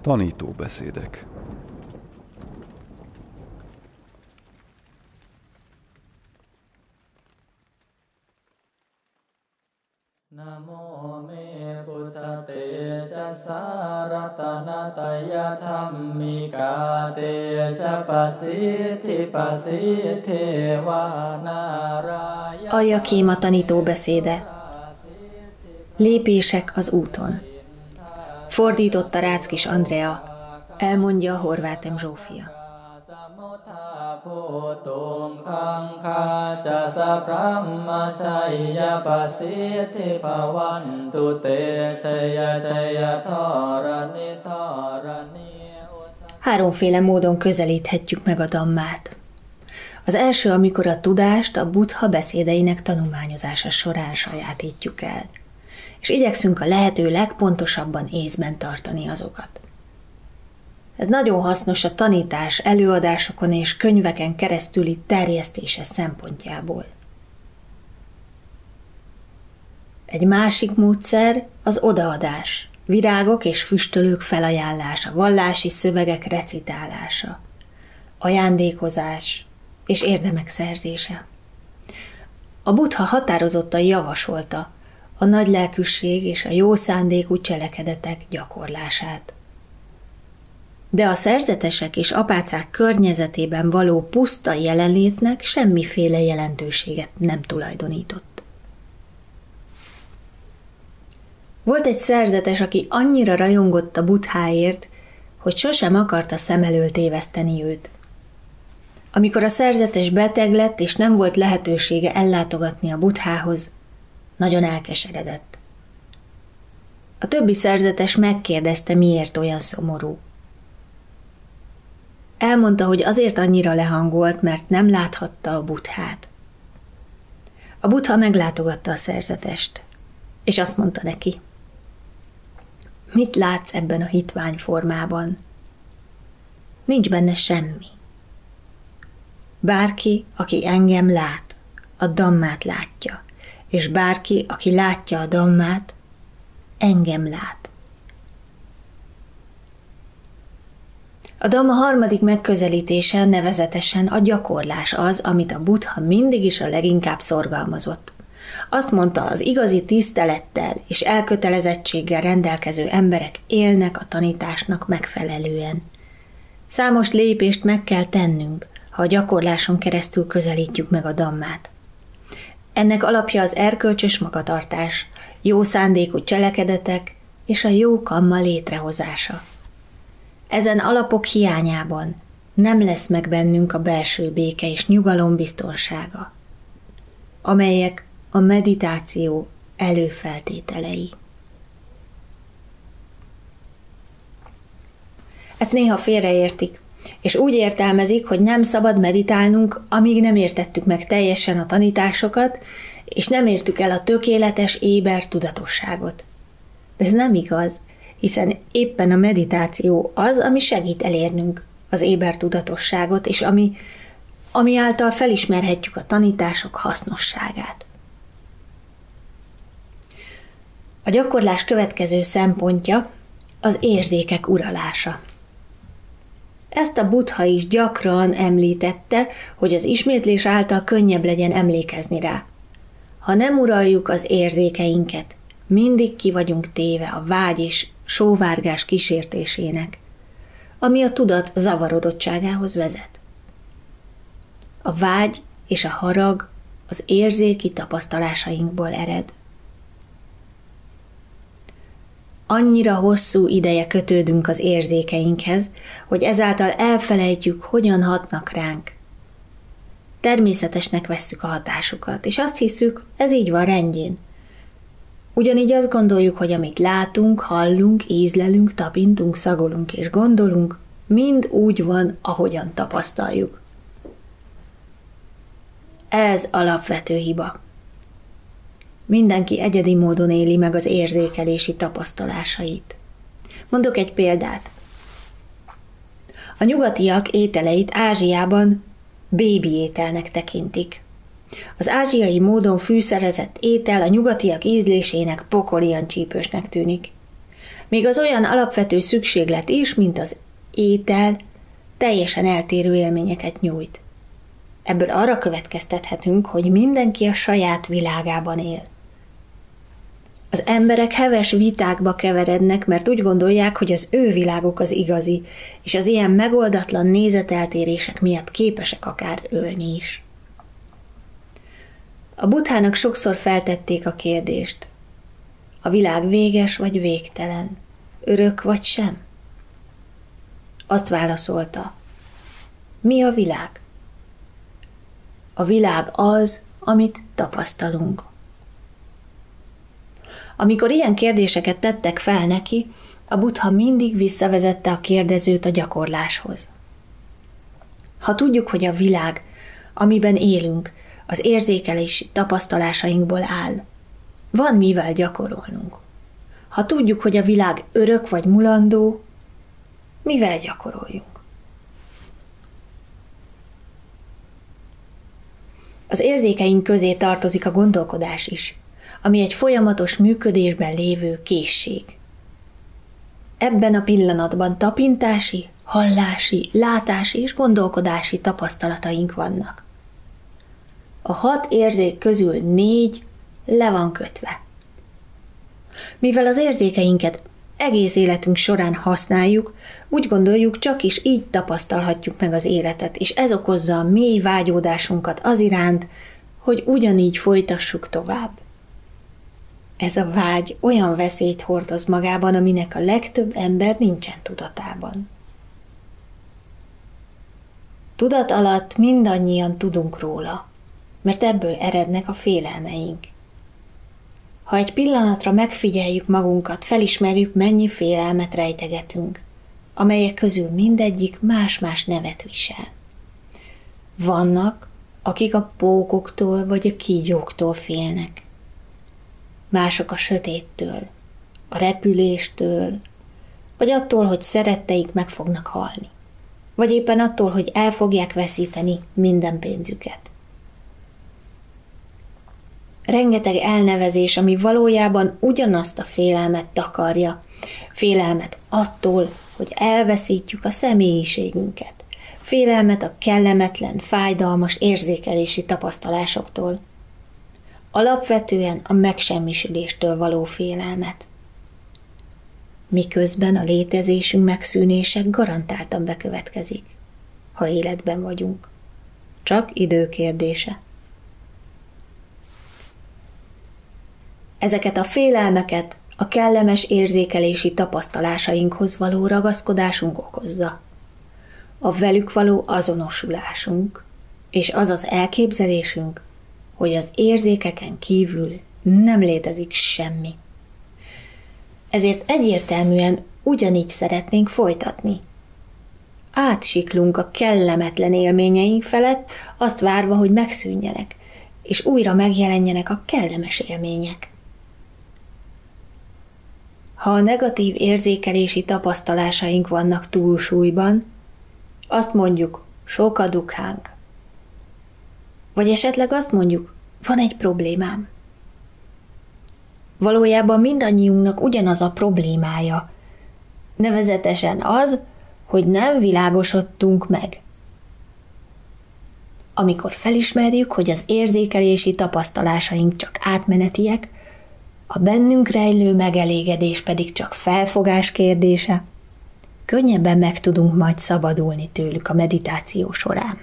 Tanítóbeszédek. Namo me Buddhate Sasaratana Tayatamika Te Sapasiti Pasiti Vanaraya. Alja Kéma tanítóbeszéde. Lépések az úton. Fordította Ráckis Andrea, elmondja Horváth M. Zsófia. Háromféle módon közelíthetjük meg a Dhammát. Az első, amikor a tudást a Buddha beszédeinek tanulmányozása során sajátítjuk el, és igyekszünk a lehető legpontosabban észben tartani azokat. Ez nagyon hasznos a tanítás, előadásokon és könyveken keresztüli terjesztése szempontjából. Egy másik módszer az odaadás, virágok és füstölők felajánlása, vallási szövegek recitálása, ajándékozás és érdemek szerzése. A Buddha határozottan javasolta a nagylelkűség és a jó szándékú cselekedetek gyakorlását. De a szerzetesek és apácák környezetében való puszta jelenlétnek semmiféle jelentőséget nem tulajdonított. Volt egy szerzetes, aki annyira rajongott a Buddháért, hogy sosem akarta szem elől téveszteni őt. Amikor a szerzetes beteg lett, és nem volt lehetősége ellátogatni a Buddhához, nagyon elkeseredett. A többi szerzetes megkérdezte, miért olyan szomorú. Elmondta, hogy azért annyira lehangolt, mert nem láthatta a Buddhát. A Buddha meglátogatta a szerzetest, és azt mondta neki: mit látsz ebben a hitvány formában? Nincs benne semmi. Bárki, aki engem lát, a Dhammát látja, és bárki, aki látja a Dhammát, engem lát. A Dhamma harmadik megközelítése, nevezetesen a gyakorlás az, amit a Buddha mindig is a leginkább szorgalmazott. Azt mondta, az igazi tisztelettel és elkötelezettséggel rendelkező emberek élnek a tanításnak megfelelően. Számos lépést meg kell tennünk, ha a gyakorláson keresztül közelítjük meg a Dhammát. Ennek alapja az erkölcsös magatartás, jó szándékú cselekedetek és a jó kamma létrehozása. Ezen alapok hiányában nem lesz meg bennünk a belső béke és nyugalom biztonsága, amelyek a meditáció előfeltételei. Ezt néha félreértik, és úgy értelmezik, hogy nem szabad meditálnunk, amíg nem értettük meg teljesen a tanításokat, és nem értük el a tökéletes éber tudatosságot. De ez nem igaz, hiszen éppen a meditáció az, ami segít elérnünk az éber tudatosságot, és ami által felismerhetjük a tanítások hasznosságát. A gyakorlás következő szempontja az érzékek uralása. Ezt a Buddha is gyakran említette, hogy az ismétlés által könnyebb legyen emlékezni rá. Ha nem uraljuk az érzékeinket, mindig ki vagyunk téve a vágy és sóvárgás kísértésének, ami a tudat zavarodottságához vezet. A vágy és a harag az érzéki tapasztalásainkból ered. Annyira hosszú ideje kötődünk az érzékeinkhez, hogy ezáltal elfelejtjük, hogyan hatnak ránk. Természetesnek vesszük a hatásukat, és azt hiszük, ez így van rendjén. Ugyanígy azt gondoljuk, hogy amit látunk, hallunk, ízlelünk, tapintunk, szagolunk és gondolunk, mind úgy van, ahogyan tapasztaljuk. Ez alapvető hiba. Mindenki egyedi módon éli meg az érzékelési tapasztalásait. Mondok egy példát. A nyugatiak ételeit Ázsiában bébi ételnek tekintik. Az ázsiai módon fűszerezett étel a nyugatiak ízlésének pokolian csípősnek tűnik. Még az olyan alapvető szükséglet is, mint az étel, teljesen eltérő élményeket nyújt. Ebből arra következtethetünk, hogy mindenki a saját világában él. Az emberek heves vitákba keverednek, mert úgy gondolják, hogy az ő világuk az igazi, és az ilyen megoldatlan nézeteltérések miatt képesek akár ölni is. A Buddhának sokszor feltették a kérdést: a világ véges vagy végtelen, örök vagy sem? Azt válaszolta: mi a világ? A világ az, amit tapasztalunk. Amikor ilyen kérdéseket tettek fel neki, a Buddha mindig visszavezette a kérdezőt a gyakorláshoz. Ha tudjuk, hogy a világ, amiben élünk, az érzékelési tapasztalásainkból áll, van mivel gyakorolnunk. Ha tudjuk, hogy a világ örök vagy mulandó, mivel gyakoroljunk? Az érzékeink közé tartozik a gondolkodás is, ami egy folyamatos működésben lévő készség. Ebben a pillanatban tapintási, hallási, látási és gondolkodási tapasztalataink vannak. A 6 érzék közül 4 le van kötve. Mivel az érzékeinket egész életünk során használjuk, úgy gondoljuk, csak is így tapasztalhatjuk meg az életet, és ez okozza a mély vágyódásunkat az iránt, hogy ugyanígy folytassuk tovább. Ez a vágy olyan veszélyt hordoz magában, aminek a legtöbb ember nincsen tudatában. Tudat alatt mindannyian tudunk róla, mert ebből erednek a félelmeink. Ha egy pillanatra megfigyeljük magunkat, felismerjük, mennyi félelmet rejtegetünk, amelyek közül mindegyik más-más nevet visel. Vannak, akik a pókoktól vagy a kígyóktól félnek. Mások a sötéttől, a repüléstől, vagy attól, hogy szeretteik meg fognak halni, vagy éppen attól, hogy el fogják veszíteni minden pénzüket. Rengeteg elnevezés, ami valójában ugyanazt a félelmet takarja. Félelmet attól, hogy elveszítjük a személyiségünket. Félelmet a kellemetlen, fájdalmas érzékelési tapasztalásoktól. Alapvetően a megsemmisüléstől való félelmet. Miközben a létezésünk megszűnése garantáltan bekövetkezik, ha életben vagyunk. Csak idő kérdése. Ezeket a félelmeket a kellemes érzékelési tapasztalásainkhoz való ragaszkodásunk okozza. A velük való azonosulásunk, és az az elképzelésünk, hogy az érzékeken kívül nem létezik semmi. Ezért egyértelműen ugyanígy szeretnénk folytatni. Átsiklunk a kellemetlen élményeink felett, azt várva, hogy megszűnjenek, és újra megjelenjenek a kellemes élmények. Ha a negatív érzékelési tapasztalásaink vannak túlsúlyban, azt mondjuk, sok a dukkánk. Vagy esetleg azt mondjuk, van egy problémám. Valójában mindannyiunknak ugyanaz a problémája, nevezetesen az, hogy nem világosodtunk meg. Amikor felismerjük, hogy az érzékelési tapasztalásaink csak átmenetiek, a bennünk rejlő megelégedés pedig csak felfogás kérdése, könnyebben meg tudunk majd szabadulni tőlük a meditáció során.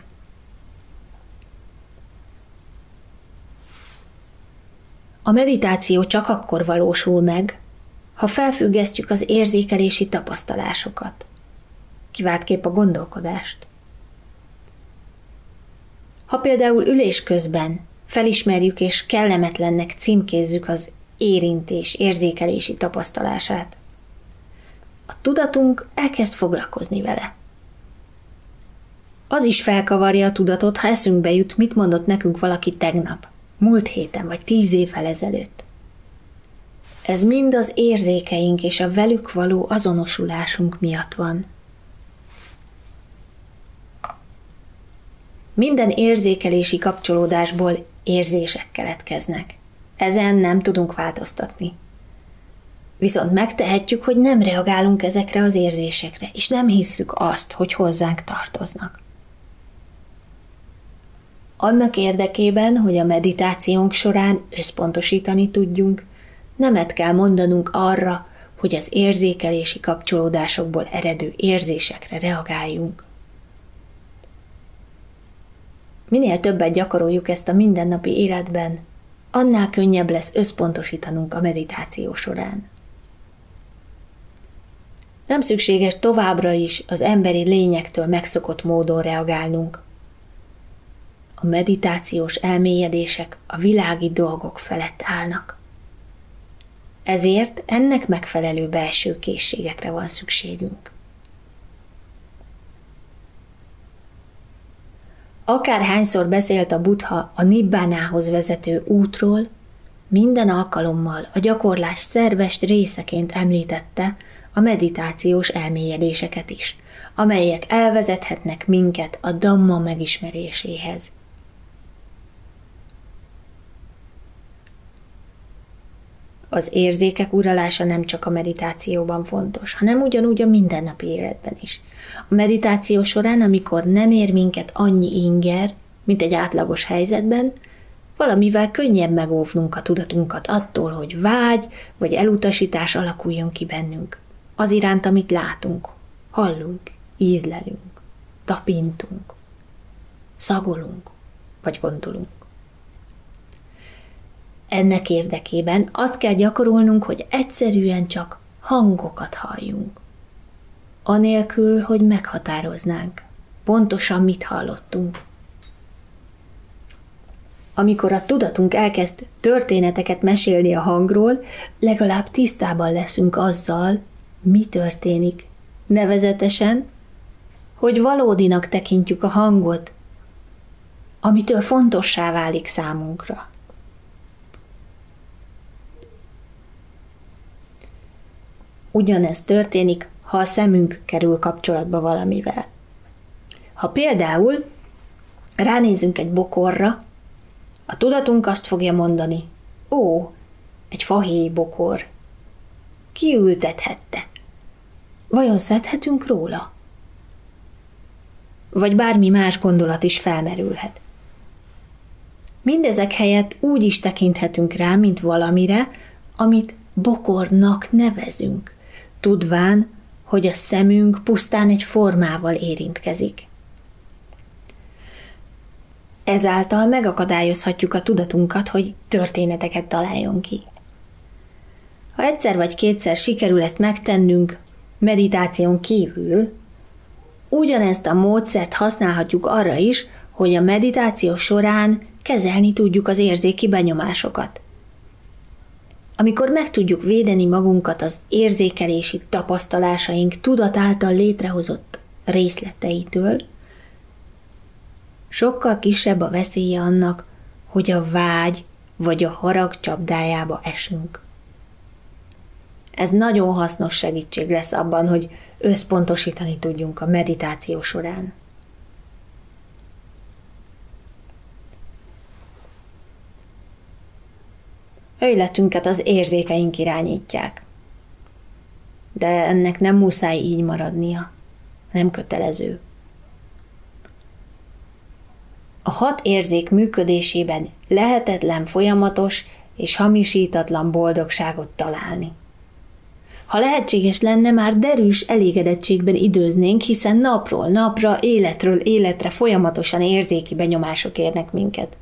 A meditáció csak akkor valósul meg, ha felfüggesztjük az érzékelési tapasztalásokat, kiváltképp a gondolkodást. Ha például ülés közben felismerjük és kellemetlennek címkézzük az érintés, érzékelési tapasztalását, a tudatunk elkezd foglalkozni vele. Az is felkavarja a tudatot, ha eszünkbe jut, mit mondott nekünk valaki tegnap, múlt héten vagy 10 évvel ezelőtt. Ez mind az érzékeink és a velük való azonosulásunk miatt van. Minden érzékelési kapcsolódásból érzések keletkeznek. Ezen nem tudunk változtatni. Viszont megtehetjük, hogy nem reagálunk ezekre az érzésekre, és nem hisszük azt, hogy hozzánk tartoznak. Annak érdekében, hogy a meditációnk során összpontosítani tudjunk, nemet kell mondanunk arra, hogy az érzékelési kapcsolódásokból eredő érzésekre reagáljunk. Minél többet gyakoroljuk ezt a mindennapi életben, annál könnyebb lesz összpontosítanunk a meditáció során. Nem szükséges továbbra is az emberi lényektől megszokott módon reagálnunk. A meditációs elmélyedések a világi dolgok felett állnak. Ezért ennek megfelelő belső készségekre van szükségünk. Akárhányszor beszélt a Buddha a nibbánához vezető útról, minden alkalommal a gyakorlás szerves részeként említette a meditációs elmélyedéseket is, amelyek elvezethetnek minket a Dhamma megismeréséhez. Az érzékek uralása nem csak a meditációban fontos, hanem ugyanúgy a mindennapi életben is. A meditáció során, amikor nem ér minket annyi inger, mint egy átlagos helyzetben, valamivel könnyebb megóvnunk a tudatunkat attól, hogy vágy vagy elutasítás alakuljon ki bennünk. Az iránt, amit látunk, hallunk, ízlelünk, tapintunk, szagolunk vagy gondolunk. Ennek érdekében azt kell gyakorolnunk, hogy egyszerűen csak hangokat halljunk. Anélkül, hogy meghatároznánk, pontosan mit hallottunk. Amikor a tudatunk elkezd történeteket mesélni a hangról, legalább tisztában leszünk azzal, mi történik. Nevezetesen, hogy valódinak tekintjük a hangot, amitől fontossá válik számunkra. Ugyanez történik, ha a szemünk kerül kapcsolatba valamivel. Ha például ránézünk egy bokorra, a tudatunk azt fogja mondani, ó, egy fahéj bokor. Ki ültethette? Vajon szedhetünk róla? Vagy bármi más gondolat is felmerülhet. Mindezek helyett úgy is tekinthetünk rá, mint valamire, amit bokornak nevezünk, tudván, hogy a szemünk pusztán egy formával érintkezik. Ezáltal megakadályozhatjuk a tudatunkat, hogy történeteket találjon ki. Ha egyszer vagy kétszer sikerül ezt megtennünk meditáción kívül, ugyanezt a módszert használhatjuk arra is, hogy a meditáció során kezelni tudjuk az érzéki benyomásokat. Amikor meg tudjuk védeni magunkat az érzékelési tapasztalásaink tudat által létrehozott részleteitől, sokkal kisebb a veszélye annak, hogy a vágy vagy a harag csapdájába esünk. Ez nagyon hasznos segítség lesz abban, hogy összpontosítani tudjunk a meditáció során. Életünket az érzékeink irányítják. De ennek nem muszáj így maradnia, nem kötelező. A 6 érzék működésében lehetetlen folyamatos és hamisítatlan boldogságot találni. Ha lehetséges lenne, már derűs elégedettségben időznénk, hiszen napról napra, életről életre folyamatosan érzéki benyomások érnek minket.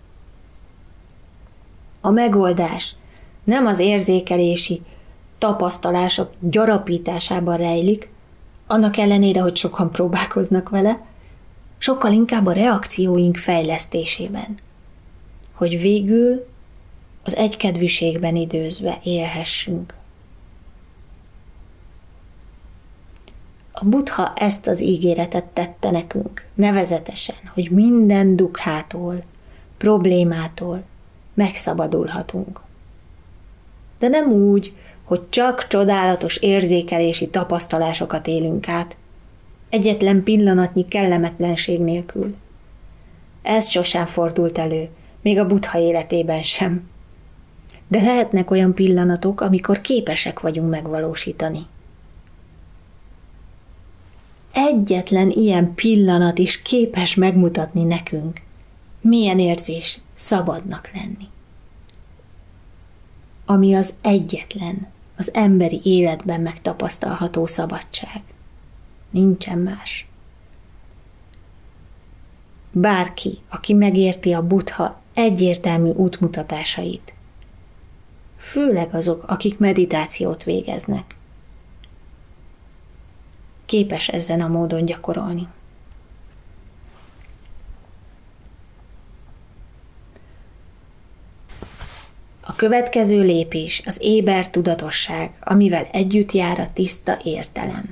A megoldás nem az érzékelési tapasztalások gyarapításában rejlik, annak ellenére, hogy sokan próbálkoznak vele, sokkal inkább a reakcióink fejlesztésében, hogy végül az egykedvűségben időzve élhessünk. A Buddha ezt az ígéretet tette nekünk, nevezetesen, hogy minden dukhától, problémától megszabadulhatunk. De nem úgy, hogy csak csodálatos érzékelési tapasztalásokat élünk át, egyetlen pillanatnyi kellemetlenség nélkül. Ez sosem fordult elő, még a Buddha életében sem. de lehetnek olyan pillanatok, amikor képesek vagyunk megvalósítani. Egyetlen ilyen pillanat is képes megmutatni nekünk, milyen érzés szabadnak lenni. Ami az egyetlen, az emberi életben megtapasztalható szabadság. Nincsen más. Bárki, aki megérti a Buddha egyértelmű útmutatásait, főleg azok, akik meditációt végeznek, képes ezen a módon gyakorolni. A következő lépés az éber tudatosság, amivel együtt jár a tiszta értelem.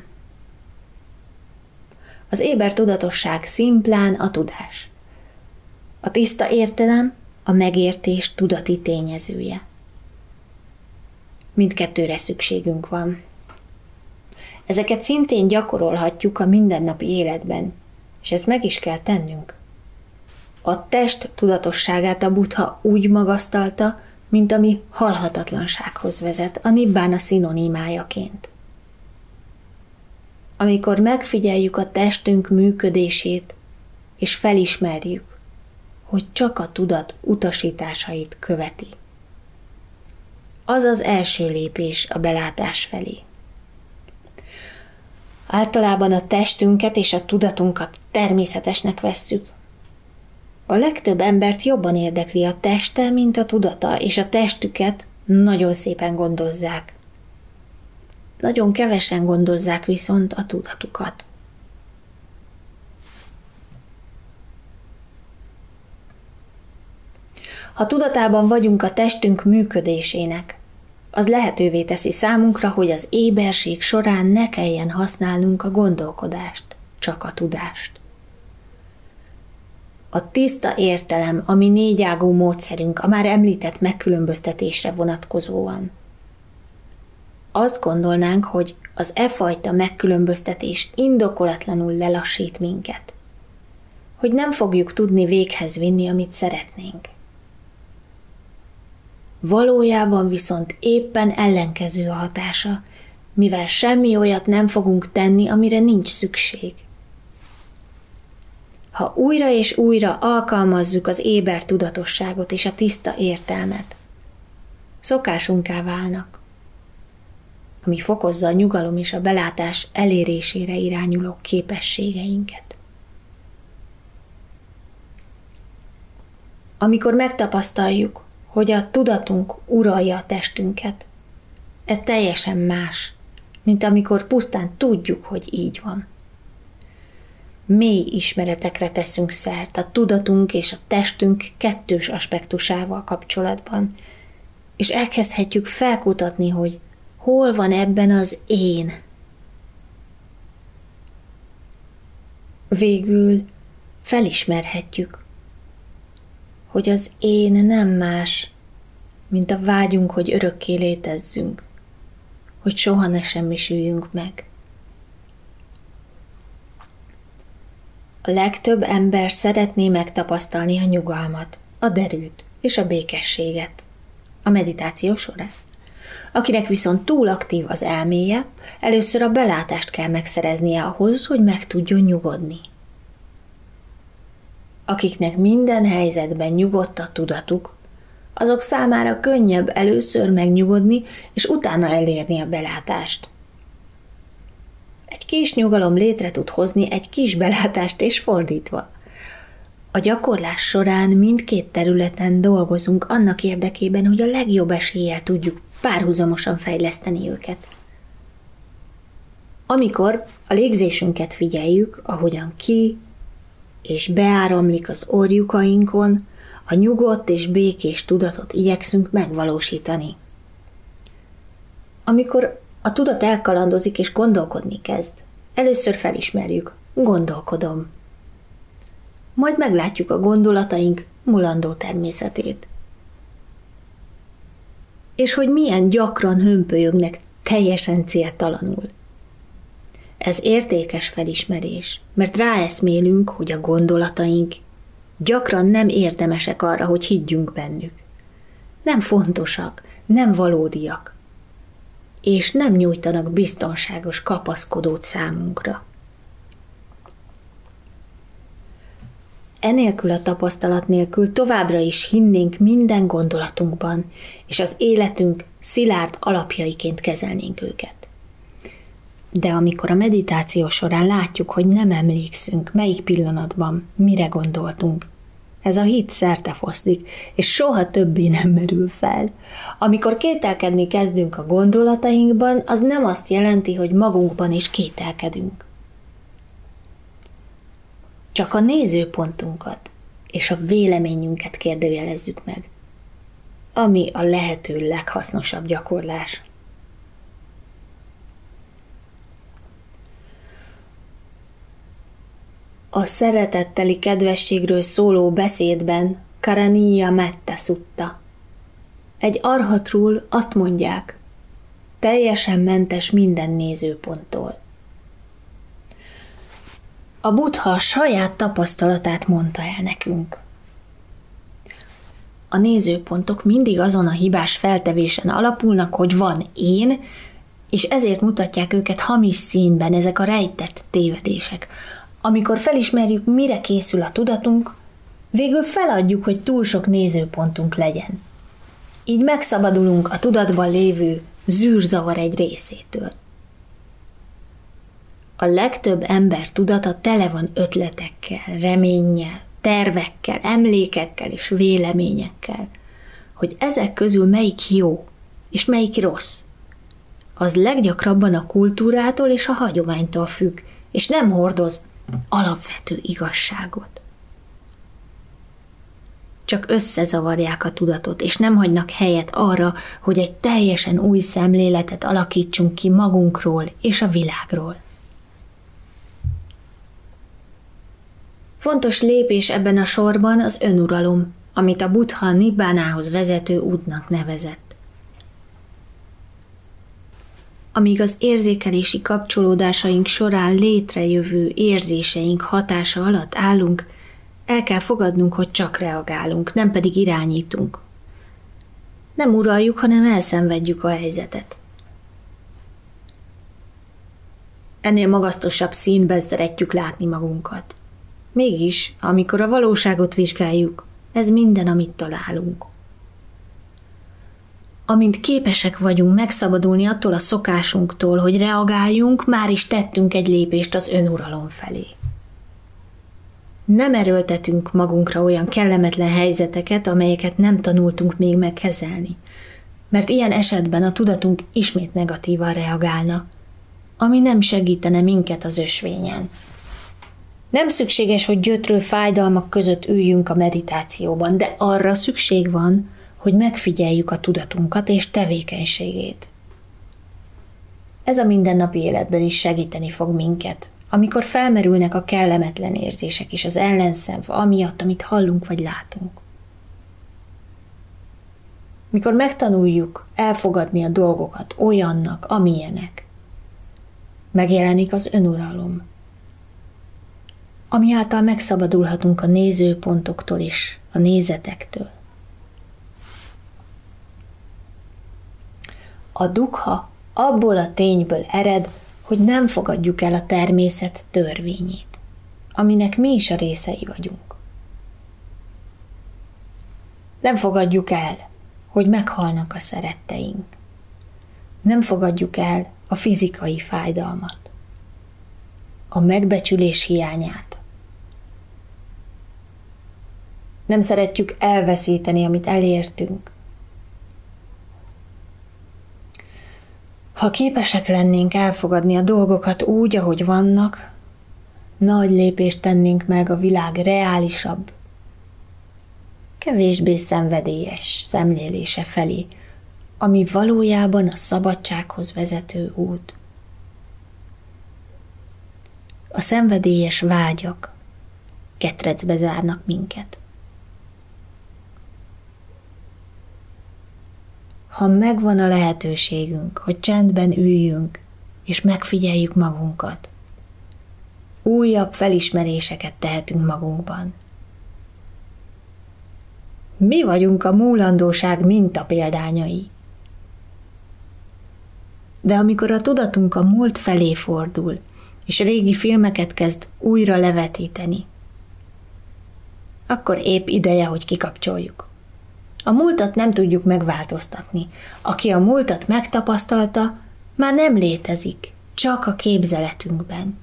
Az éber tudatosság szimplán a tudás. A tiszta értelem a megértés tudati tényezője. Mindkettőre szükségünk van. Ezeket szintén gyakorolhatjuk a mindennapi életben, és ezt meg is kell tennünk. A test tudatosságát a Buddha úgy magasztalta, mint ami halhatatlansághoz vezet, a nibbána szinonimájaként. Amikor megfigyeljük a testünk működését, és felismerjük, hogy csak a tudat utasításait követi. Az az első lépés a belátás felé. Általában a testünket és a tudatunkat természetesnek vesszük. A legtöbb embert jobban érdekli a teste, mint a tudata, és a testüket nagyon szépen gondozzák. Nagyon kevesen gondozzák viszont a tudatukat. Ha tudatában vagyunk a testünk működésének, az lehetővé teszi számunkra, hogy az éberség során ne kelljen használnunk a gondolkodást, csak a tudást. A tiszta értelem, ami négyágú módszerünk a már említett megkülönböztetésre vonatkozóan. Azt gondolnánk, hogy az e fajta megkülönböztetés indokolatlanul lelassít minket, hogy nem fogjuk tudni véghez vinni, amit szeretnénk. Valójában viszont éppen ellenkező a hatása, mivel semmi olyat nem fogunk tenni, amire nincs szükség. Ha újra és újra alkalmazzuk az éber tudatosságot és a tiszta értelmet, szokásunká válnak, ami fokozza a nyugalom és a belátás elérésére irányuló képességeinket. Amikor megtapasztaljuk, hogy a tudatunk uralja a testünket, ez teljesen más, mint amikor pusztán tudjuk, hogy így van. Mély ismeretekre teszünk szert a tudatunk és a testünk kettős aspektusával kapcsolatban, és elkezdhetjük felkutatni, hogy hol van ebben az én. Végül felismerhetjük, hogy az én nem más, mint a vágyunk, hogy örökké létezzünk, hogy soha ne semmisüljünk meg. A legtöbb ember szeretné megtapasztalni a nyugalmat, a derűt és a békességet a meditáció során. Akinek viszont túl aktív az elméje, először a belátást kell megszereznie ahhoz, hogy meg tudjon nyugodni. Akiknek minden helyzetben nyugodt a tudatuk, azok számára könnyebb először megnyugodni, és utána elérni a belátást. Egy kis nyugalom létre tud hozni egy kis belátást, és fordítva. A gyakorlás során mindkét területen dolgozunk annak érdekében, hogy a legjobb eséllyel tudjuk párhuzamosan fejleszteni őket. Amikor a légzésünket figyeljük, ahogyan ki és beáramlik az orrjukainkon, a nyugodt és békés tudatot igyekszünk megvalósítani. Amikor a tudat elkalandozik és gondolkodni kezd, először felismerjük, gondolkodom. Majd meglátjuk a gondolataink mulandó természetét. És hogy milyen gyakran hömpölyögnek teljesen céltalanul. Ez értékes felismerés, mert ráeszmélünk, hogy a gondolataink gyakran nem érdemesek arra, hogy higgyünk bennük. Nem fontosak, nem valódiak, és nem nyújtanak biztonságos kapaszkodót számunkra. Enélkül a tapasztalat nélkül továbbra is hinnénk minden gondolatunkban, és az életünk szilárd alapjaiként kezelnénk őket. De amikor a meditáció során látjuk, hogy nem emlékszünk, melyik pillanatban mire gondoltunk, ez a hit szertefoszlik, és soha többé nem merül fel. Amikor kételkedni kezdünk a gondolatainkban, az nem azt jelenti, hogy magunkban is kételkedünk. Csak a nézőpontunkat és a véleményünket kérdőjelezzük meg, ami a lehető leghasznosabb gyakorlás. A szeretetteli kedvességről szóló beszédben Karaniya Metta Szutta. Egy arhatról azt mondják, teljesen mentes minden nézőponttól. A Buddha a saját tapasztalatát mondta el nekünk. A nézőpontok mindig azon a hibás feltevésen alapulnak, hogy van én, és ezért mutatják őket hamis színben, ezek a rejtett tévedések. Amikor felismerjük, mire készül a tudatunk, végül feladjuk, hogy túl sok nézőpontunk legyen. Így megszabadulunk a tudatban lévő zűrzavar egy részétől. A legtöbb ember tudata tele van ötletekkel, reménnyel, tervekkel, emlékekkel és véleményekkel, hogy ezek közül melyik jó és melyik rossz. Az leggyakrabban a kultúrától és a hagyománytól függ, és nem hordoz alapvető igazságot. Csak összezavarják a tudatot, és nem hagynak helyet arra, hogy egy teljesen új szemléletet alakítsunk ki magunkról és a világról. Fontos lépés ebben a sorban az önuralom, amit a Buddha Nibbánához vezető útnak nevezett. Amíg az érzékelési kapcsolódásaink során létrejövő érzéseink hatása alatt állunk, el kell fogadnunk, hogy csak reagálunk, nem pedig irányítunk. Nem uraljuk, hanem elszenvedjük a helyzetet. Ennél magasztosabb színben szeretjük látni magunkat. Mégis, amikor a valóságot vizsgáljuk, ez minden, amit találunk. Amint képesek vagyunk megszabadulni attól a szokásunktól, hogy reagáljunk, már is tettünk egy lépést az önuralom felé. Nem erőltetünk magunkra olyan kellemetlen helyzeteket, amelyeket nem tanultunk még megkezelni, mert ilyen esetben a tudatunk ismét negatívan reagálna, ami nem segítene minket az ösvényen. Nem szükséges, hogy gyötrő fájdalmak között üljünk a meditációban, de arra szükség van, hogy megfigyeljük a tudatunkat és tevékenységét. Ez a mindennapi életben is segíteni fog minket, amikor felmerülnek a kellemetlen érzések és az ellenszenv amiatt, amit hallunk vagy látunk. Mikor megtanuljuk elfogadni a dolgokat olyannak, amilyenek, megjelenik az önuralom, ami által megszabadulhatunk a nézőpontoktól és a nézetektől. A dukha abból a tényből ered, hogy nem fogadjuk el a természet törvényét, aminek mi is a részei vagyunk. Nem fogadjuk el, hogy meghalnak a szeretteink. Nem fogadjuk el a fizikai fájdalmat, a megbecsülés hiányát. Nem szeretjük elveszíteni, amit elértünk. Ha képesek lennénk elfogadni a dolgokat úgy, ahogy vannak, nagy lépést tennénk meg a világ reálisabb, kevésbé szenvedélyes szemlélése felé, ami valójában a szabadsághoz vezető út. A szenvedélyes vágyak ketrecbe zárnak minket. Ha megvan a lehetőségünk, hogy csendben üljünk, és megfigyeljük magunkat, újabb felismeréseket tehetünk magunkban. Mi vagyunk a múlandóság mintapéldányai. De amikor a tudatunk a múlt felé fordul, és régi filmeket kezd újra levetíteni, akkor épp ideje, hogy kikapcsoljuk. A múltat nem tudjuk megváltoztatni. Aki a múltat megtapasztalta, már nem létezik, csak a képzeletünkben.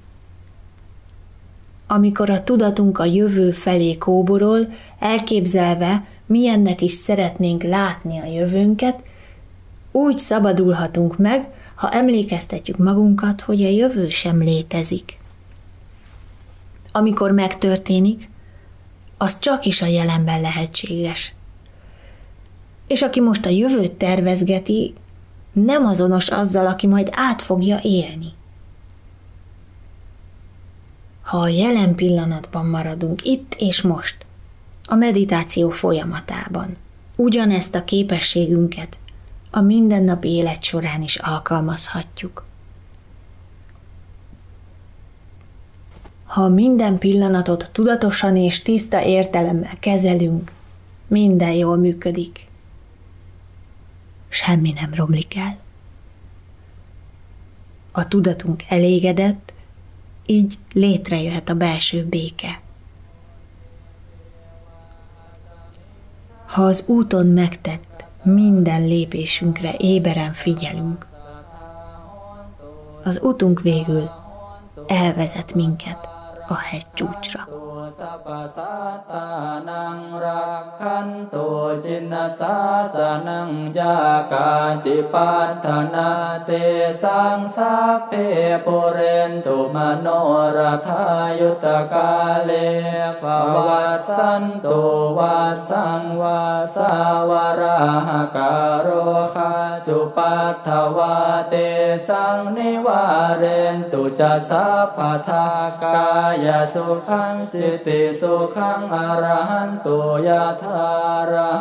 Amikor a tudatunk a jövő felé kóborol, elképzelve, milyennek is szeretnénk látni a jövőnket, úgy szabadulhatunk meg, ha emlékeztetjük magunkat, hogy a jövő sem létezik. Amikor megtörténik, az csak is a jelenben lehetséges. És aki most a jövőt tervezgeti, nem azonos azzal, aki majd át fogja élni. Ha a jelen pillanatban maradunk itt és most, a meditáció folyamatában, ugyanezt a képességünket a mindennapi élet során is alkalmazhatjuk. Ha minden pillanatot tudatosan és tiszta értelemmel kezelünk, minden jól működik. Semmi nem romlik el. A tudatunk elégedett, így létrejöhet a belső béke. Ha az úton megtett minden lépésünkre éberen figyelünk, az utunk végül elvezet minket a hegycsúcsra. Kaya sukhaṃ จิตติสุขังอรหันตุยะถารา